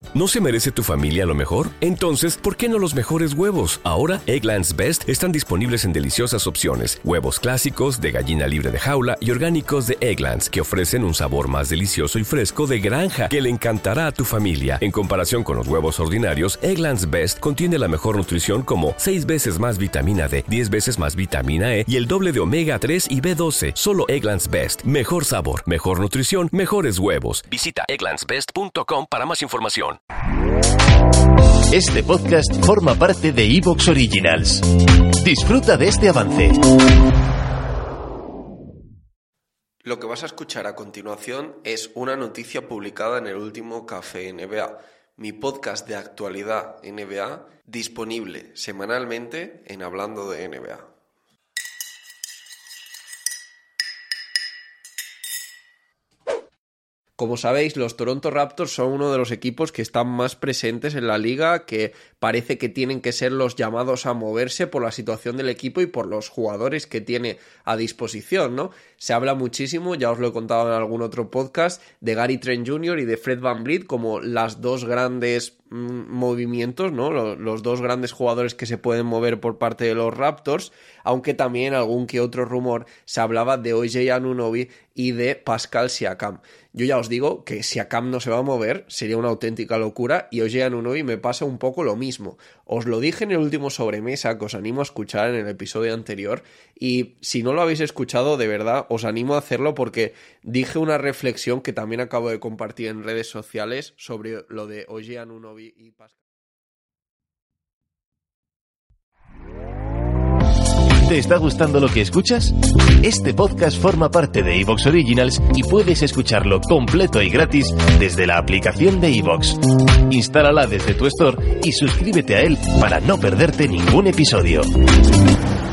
¿No se merece tu familia lo mejor? Entonces, ¿por qué no los mejores huevos? Ahora, Eggland's Best están disponibles en deliciosas opciones. Huevos clásicos, de gallina libre de jaula y orgánicos de Eggland's, que ofrecen un sabor más delicioso y fresco de granja que le encantará a tu familia. En comparación con los huevos ordinarios, Eggland's Best contiene la mejor nutrición como 6 veces más vitamina D, 10 veces más vitamina E y el doble de omega 3 y B12. Solo Eggland's Best. Mejor sabor, mejor nutrición, mejores huevos. Visita egglandsbest.com para más información. Este podcast forma parte de iVoox Originals. Disfruta de este avance. Lo que vas a escuchar a continuación es una noticia publicada en el último Café NBA, mi podcast de actualidad NBA, disponible semanalmente en Hablando de NBA. Como sabéis, los Toronto Raptors son uno de los equipos que están más presentes en la liga, que parece que tienen que ser los llamados a moverse por la situación del equipo y por los jugadores que tiene a disposición, ¿no? Se habla muchísimo, ya os lo he contado en algún otro podcast, de Gary Trent Jr. y de Fred VanVleet como las dos grandes movimientos, ¿no? Los dos grandes jugadores que se pueden mover por parte de los Raptors, aunque también algún que otro rumor se hablaba de OJ Anunoby y de Pascal Siakam. Yo ya os digo que Siakam no se va a mover, sería una auténtica locura, y OJ Anunoby me pasa un poco lo mismo. Os lo dije en el último sobremesa, que os animo a escuchar en el episodio anterior, y si no lo habéis escuchado, de verdad, os animo a hacerlo porque dije una reflexión que también acabo de compartir en redes sociales sobre lo de OJ Anunoby y Pascal. ¿Te está gustando lo que escuchas? Este podcast forma parte de iVoox Originals y puedes escucharlo completo y gratis desde la aplicación de iVoox. Instálala desde tu store y suscríbete a él para no perderte ningún episodio.